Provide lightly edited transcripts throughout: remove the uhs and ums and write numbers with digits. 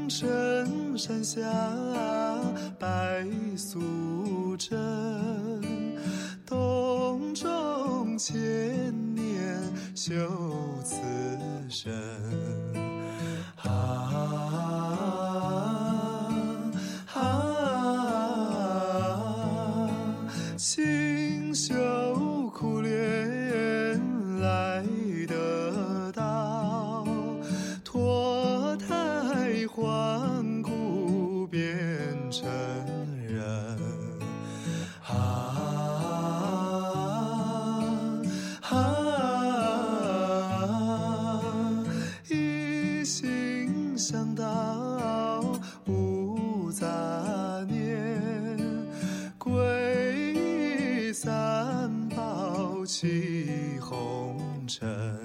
城山下白素贞，洞中千年修此身。清秀苦练来得到，脱胎换骨变成人。一心向道无杂念，皈依三宝起红尘。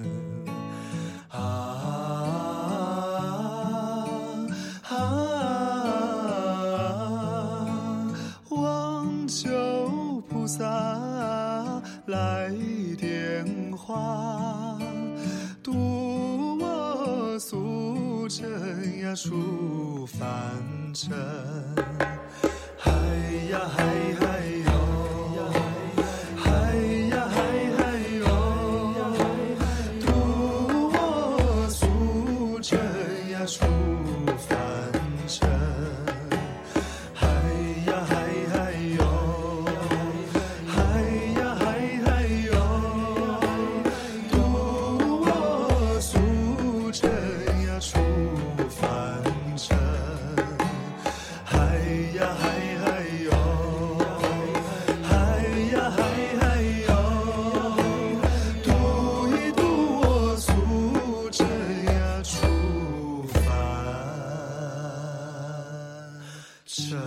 望求菩萨来点化，渡我俗尘呀出凡尘。嗨呀嗨嗨哟，嗨呀嗨嗨哟，渡我俗尘呀出凡尘。嗨呀嗨嗨哟，嗨呀嗨嗨哟，渡我俗尘呀出凡尘。嗨呀嗨嗨哟，嗨呀嗨嗨哟，渡一渡我俗尘呀出凡尘。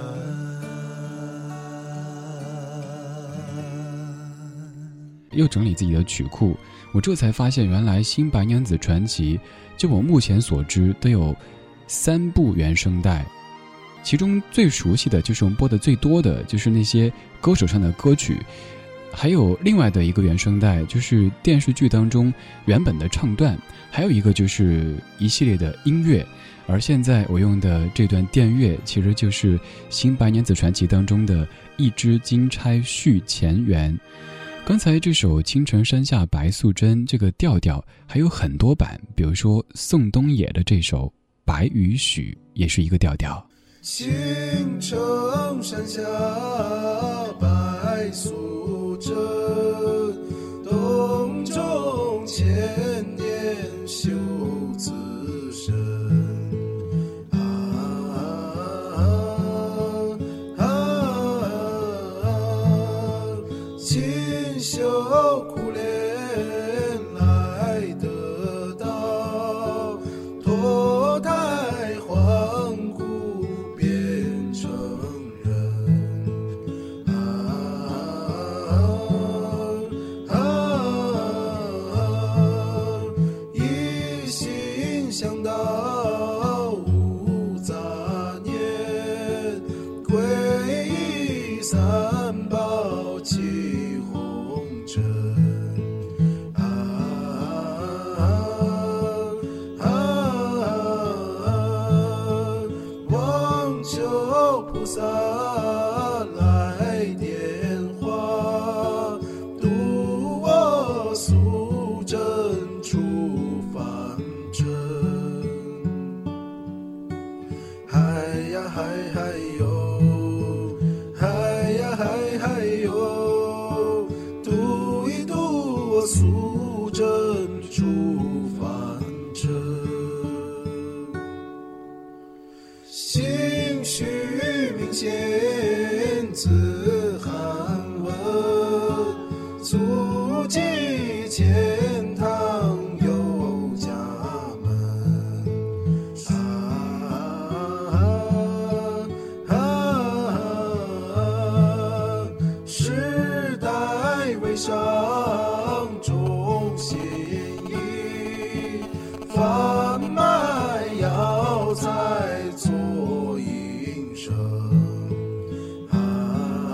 又整理自己的曲库，我这才发现原来《新白娘子传奇》就我目前所知都有3部原声带，其中最熟悉的就是我们播的最多的就是那些歌手上的歌曲，还有另外的一个原声带就是电视剧当中原本的唱段，还有一个就是一系列的音乐。而现在我用的这段电乐其实就是《新白娘子传奇》当中的一支金钗续前缘。刚才这首《青城山下白素贞》这个调调还有很多版，比如说宋冬野的这首《白与许》也是一个调调。 青城山下白素贞，洞中千年修此身。清修苦练来得道，脱胎换骨变成人。一心向道无杂念，皈依三宝起红尘。望求菩萨来点化，渡我俗尘出凡尘。嗨呀嗨嗨哟，嗨呀嗨嗨哟，渡一渡我俗尘出凡尘。心绪明显自寒温，足迹前堂有家门。时代为上中心意，贩卖药材做营生。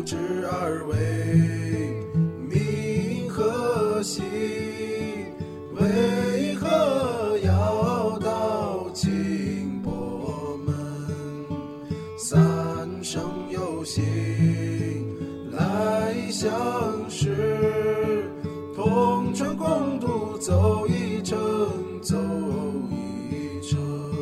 知二位名和姓，为何要到清波门？三生有幸来相识，同船共度走一程，走一程。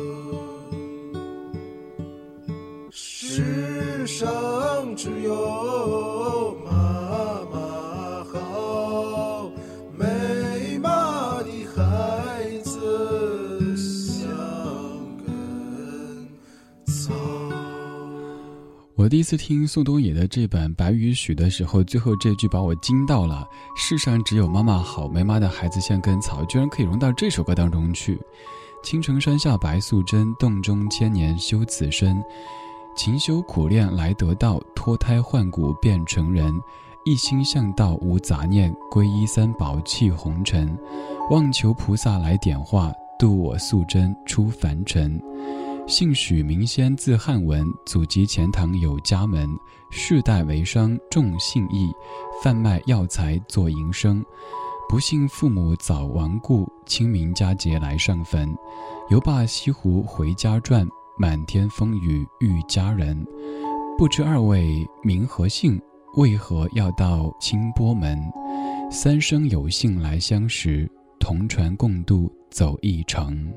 世上只有妈妈好，没妈的孩子像根草。 我第一次听宋冬野的这版《白与许》的时候，最后这句把我惊到了。世上只有妈妈好，没妈的孩子像根草，居然可以融到这首歌当中去。青城山下白素贞，洞中千年修此身。勤修苦练来得道，脱胎换骨变成人。一心向道无杂念，皈依三宝弃红尘。望求菩萨来点化，度我素贞出凡尘。姓许名仙字汉文，祖籍钱塘有家门。世代为商重信义，贩卖药材做营生。不幸父母早亡故，清明佳节来上坟。游罢西湖回家转，满天风雨遇佳人。不知二位名和姓，为何要到清波门？三生有幸来相识，同船共度走一程。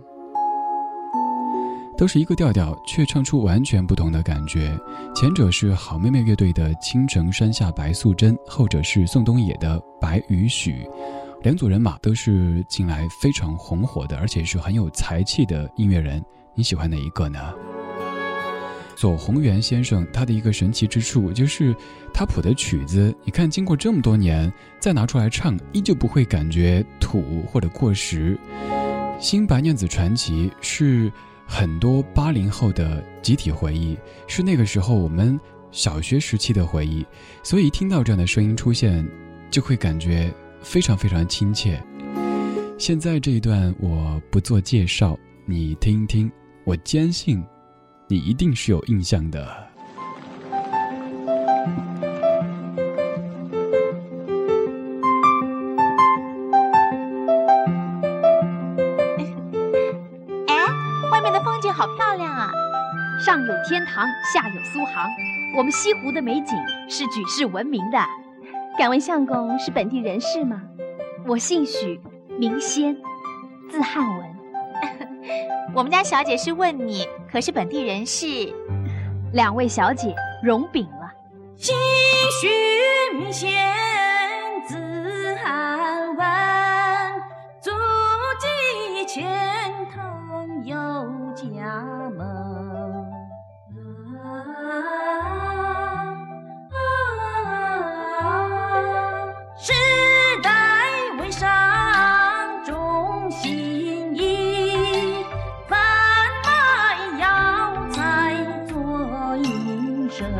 都是一个调调，却唱出完全不同的感觉。前者是好妹妹乐队的《青城山下白素贞》，后者是宋冬野的《白与许》。两组人马都是近来非常红火的，而且是很有才气的音乐人。你喜欢哪一个呢？左宏元先生他的一个神奇之处就是他谱的曲子，你看经过这么多年再拿出来唱，依旧不会感觉土或者过时。新白娘子传奇是很多80后的集体回忆，是那个时候我们小学时期的回忆，所以一听到这样的声音出现，就会感觉非常非常亲切。现在这一段我不做介绍，你听一听，我坚信你一定是有印象的。 好漂亮啊！ 上有天堂，下有苏杭，我们西湖的美景是举世闻名的。 敢问相公是本地人士吗？ 我姓许，名仙，字汉文。 我们家小姐是问你，可是本地人士？ 两位小姐容禀了。 姓许名仙，字汉文，祖籍钱塘有家门。世代为商重信义，贩卖药材做营生。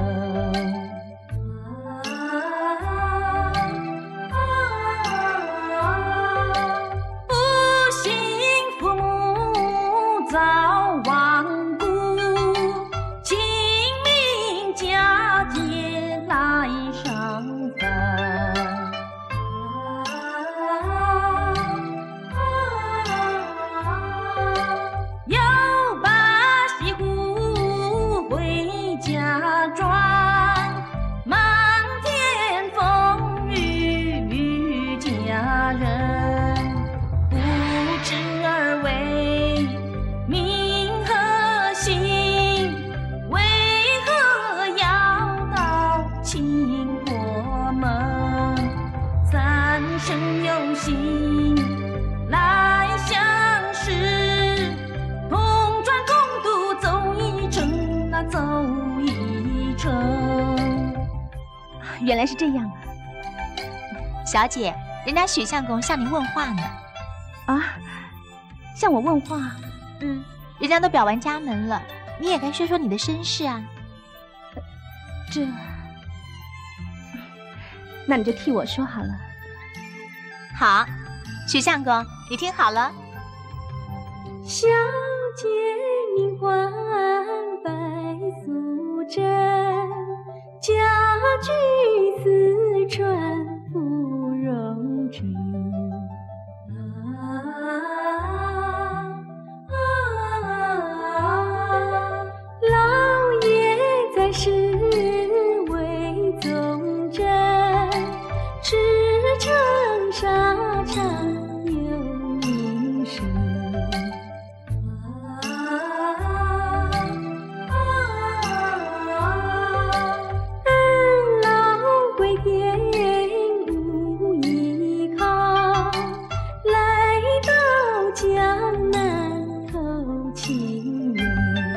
不幸父母早亡故，清明佳节来上坟。又把西湖回家转，满天风雨遇佳人。不知二位名和姓，为何要到清波门？三生有幸来相识，同船共度走一程啊，走一程。 原来是这样啊！ 小姐，人家许相公向您问话呢。 啊，向我问话？ 人家都表完家门了，你也该说说你的身世啊。 那你就替我说好了。 好，许相公，你听好了。 小姐名唤白素贞，家居四川芙蓉城。老爷在世为宗正，驰骋沙场有名声。老归田无依靠，来到江南投情人。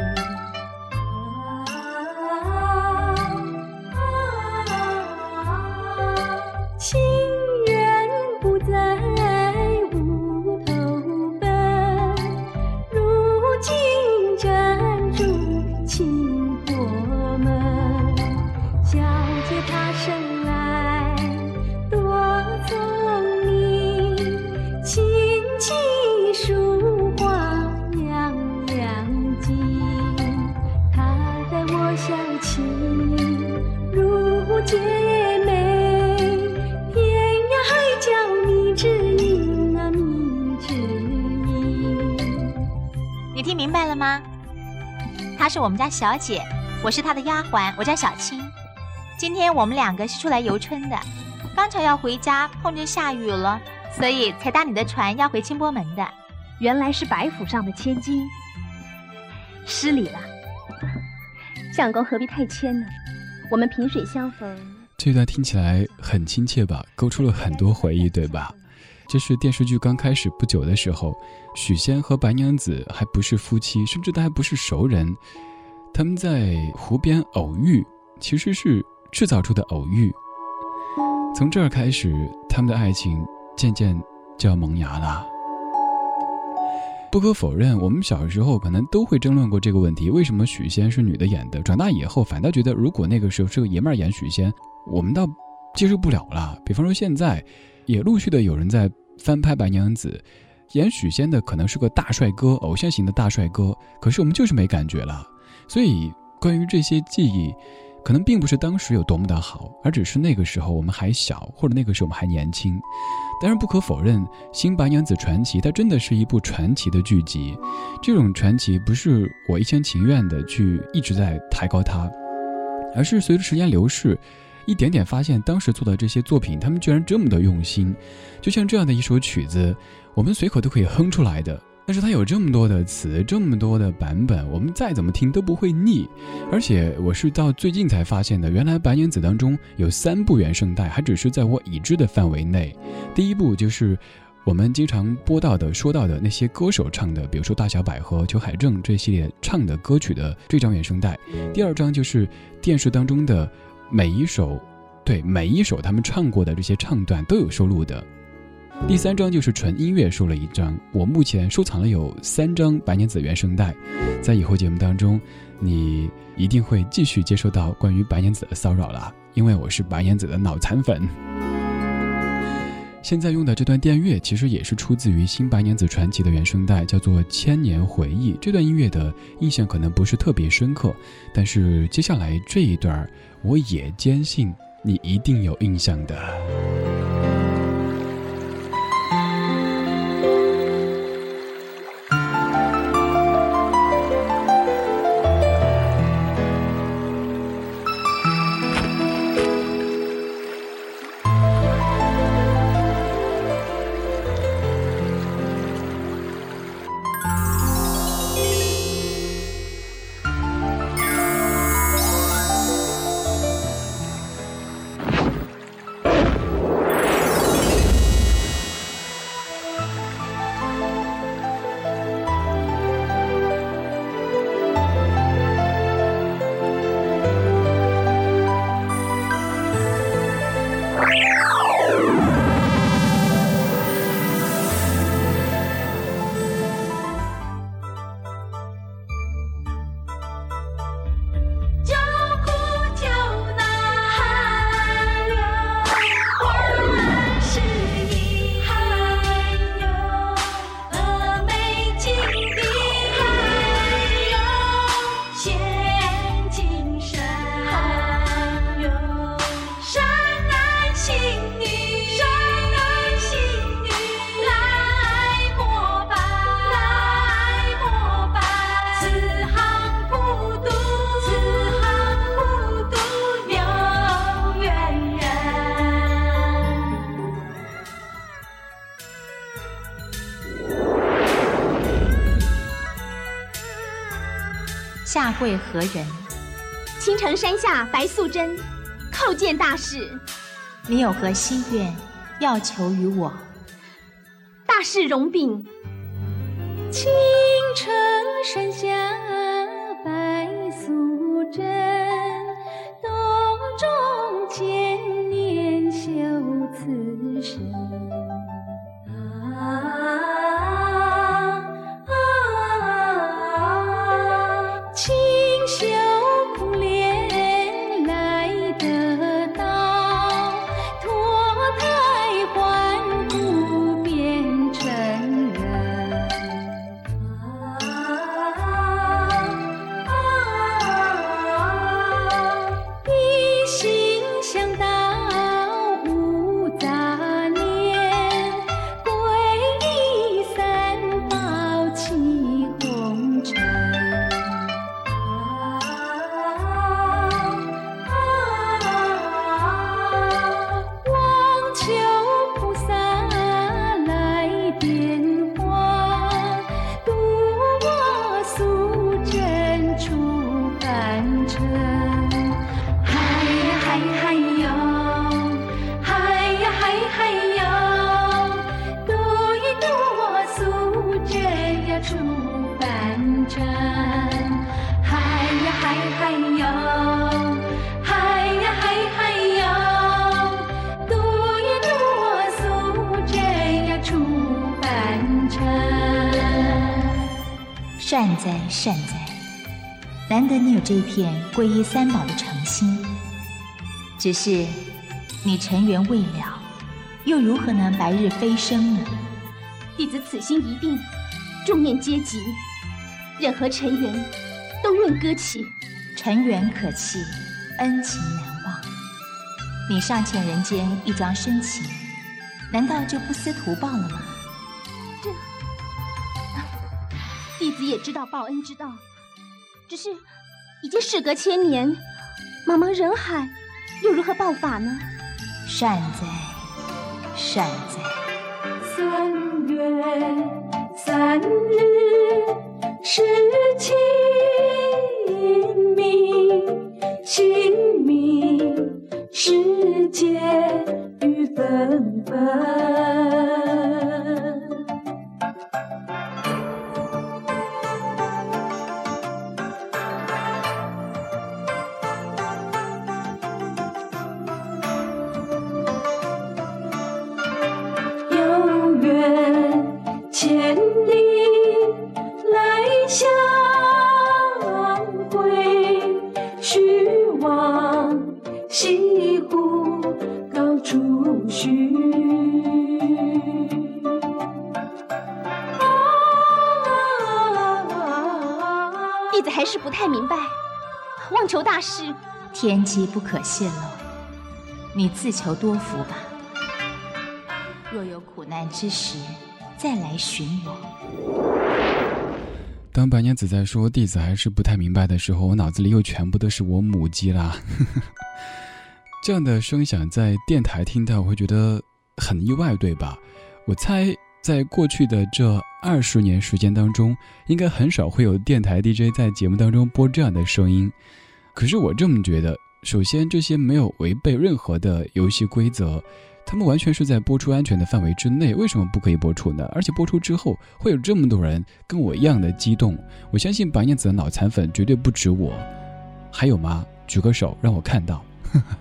情人不在无头奔，如今暂住秦国门。小姐她生来多聪明，琴棋书画样样精。她待我小情如姐妹，天涯海角觅知音啊觅知音。 你听明白了吗？她是我们家小姐，我是她的丫鬟，我叫小青。今天我们两个是出来游春的，刚巧要回家，碰见下雨了，所以才搭你的船要回清波门的。 原来是白府上的千金，失礼了。相公何必太谦呢？我们萍水相逢。 这段听起来很亲切吧，勾出了很多回忆，对吧？这是电视剧刚开始不久的时候，许仙和白娘子还不是夫妻，甚至都还不是熟人，他们在湖边偶遇，其实是制造出的偶遇。从这儿开始，他们的爱情渐渐就要萌芽了。不可否认，我们小时候可能都会争论过这个问题，为什么许仙是女的演的？长大以后反倒觉得，如果那个时候是个爷们儿演许仙，我们倒接受不了了。比方说现在也陆续的有人在翻拍白娘子，演许仙的可能是个大帅哥，偶像型的大帅哥，可是我们就是没感觉了。所以关于这些记忆，可能并不是当时有多么的好，而只是那个时候我们还小，或者那个时候我们还年轻。当然不可否认，《新白娘子传奇》它真的是一部传奇的剧集，这种传奇不是我一厢情愿的去一直在抬高它，而是随着时间流逝，一点点发现当时做的这些作品，他们居然这么的用心。就像这样的一首曲子，我们随口都可以哼出来的，但是它有这么多的词，这么多的版本，我们再怎么听都不会腻。而且我是到最近才发现的，原来白娘子当中有3部原声带，还只是在我已知的范围内。第一部就是我们经常播到的说到的那些歌手唱的，比如说大小百合、裘海正这系列唱的歌曲的这张原声带。第二张就是电视当中的每一首他们唱过的这些唱段都有收录的。第3张就是纯音乐收了一张，我目前收藏了有3张白娘子原声带，在以后节目当中你一定会继续接收到关于白娘子的骚扰了，因为我是白娘子的脑残粉。现在用的这段电乐其实也是出自于《新白娘子传奇》的原声带，叫做《千年回忆》。这段音乐的印象可能不是特别深刻，但是接下来这一段我也坚信你一定有印象的。 会何人？ 青城山下白素贞，叩见大士。 你有何心愿要求于我？ 大士容禀。 青城山下白素贞，洞中千年修此身。清修苦练来得道，脱胎换骨变成人。一心向道无杂念，皈依三宝起红尘。望求菩萨来点化，渡我素贞出凡尘。嗨呀嗨嗨哟，嗨呀嗨嗨哟，渡一渡我素贞呀出凡尘。嗨呀嗨嗨哟，嗨呀嗨嗨哟，渡一渡我素贞呀出凡尘。 善哉善哉，难得你有这一片皈依三宝的诚心。只是你尘缘未了，又如何能白日飞升呢？ 弟子此心一定，众念皆急，任何尘缘都愿割弃。 尘缘可弃，恩情难忘。你尚欠人间一桩深情，难道就不思图报了吗？ 弟子也知道报恩之道，只是已经事隔千年，茫茫人海，又如何报法呢？ 善哉善哉。 3月3日是清明，清明时节雨纷纷。有缘千里来相会，须往西湖高处寻。 弟子还是不太明白，望求大师。 天机不可泄露，你自求多福吧。若有苦难之时，再来寻我。 当白娘子在说弟子还是不太明白的时候，我脑子里又全部都是我母鸡啦。这样的声响在电台听到，我会觉得很意外，对吧？我猜在过去的这20年时间当中，应该很少会有电台 DJ 在节目当中播这样的声音。可是我这么觉得，首先这些没有违背任何的游戏规则，他们完全是在播出安全的范围之内，为什么不可以播出呢？而且播出之后会有这么多人跟我一样的激动，我相信白娘子的脑残粉绝对不止我。还有吗？举个手让我看到。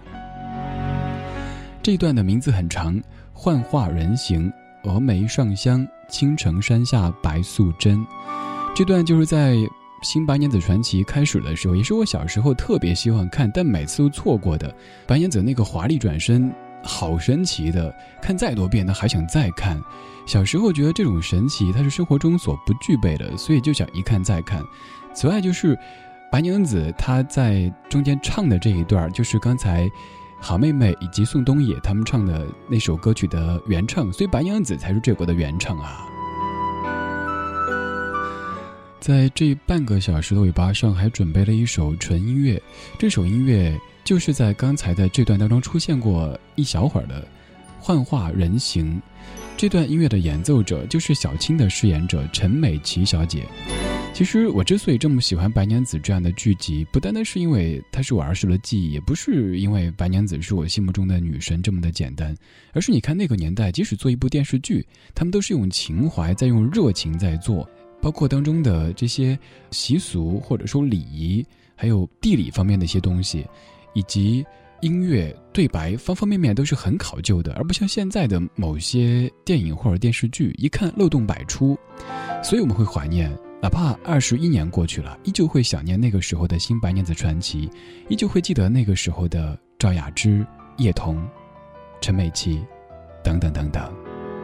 这一段的名字很长，幻化人形，峨眉上香，青城山下白素贞。这段就是在新白娘子传奇开始的时候，也是我小时候特别希望看但每次都错过的。白娘子那个华丽转身好神奇的，看再多遍都还想再看。小时候觉得这种神奇它是生活中所不具备的，所以就想一看再看。此外就是白娘子她在中间唱的这一段，就是刚才好妹妹以及宋冬野他们唱的那首歌曲的原唱，所以白娘子才是这首的原唱啊。在这半个小时的尾巴上还准备了一首纯音乐，这首音乐就是在刚才的这段当中出现过一小会儿的幻化人形。这段音乐的演奏者就是小青的饰演者陈美琪小姐。其其实我之所以这么喜欢白娘子这样的剧集，不单单是因为它是我儿时的记忆，也不是因为白娘子是我心目中的女神这么的简单，而是你看那个年代，即使做一部电视剧，他们都是用情怀在用热情在做，包括当中的这些习俗或者说礼仪，还有地理方面的一些东西，以及音乐对白方方面面都是很考究的，而不像现在的某些电影或者电视剧一看漏洞百出。所以我们会怀念，哪怕21年过去了，依旧会想念那个时候的新白娘子传奇，依旧会记得那个时候的赵雅芝、叶童、陈美琪等等等等。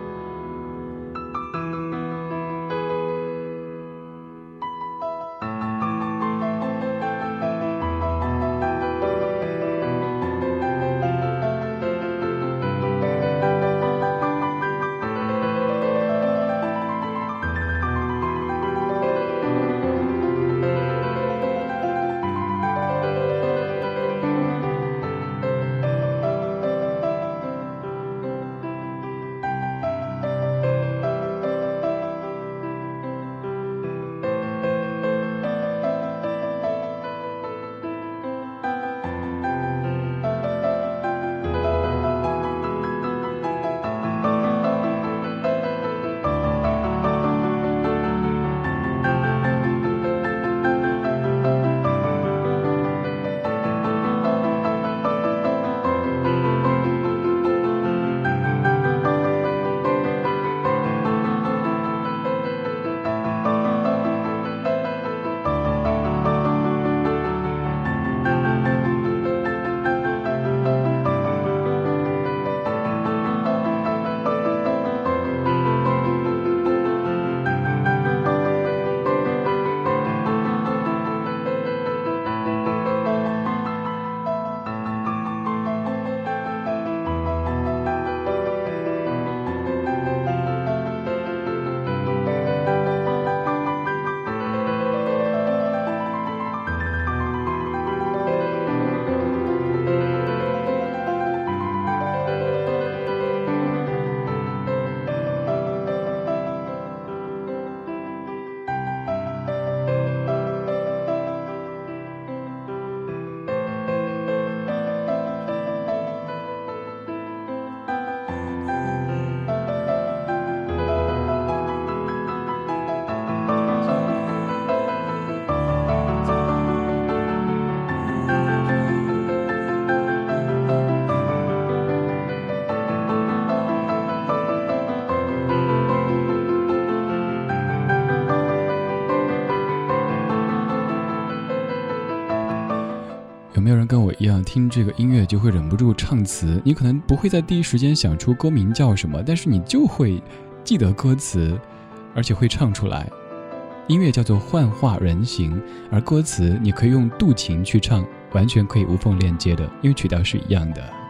有没有人跟我一样听这个音乐就会忍不住唱词？你可能不会在第一时间想出歌名叫什么，但是你就会记得歌词，而且会唱出来。音乐叫做幻化人形，而歌词你可以用渡情去唱，完全可以无缝链接的，因为曲调是一样的。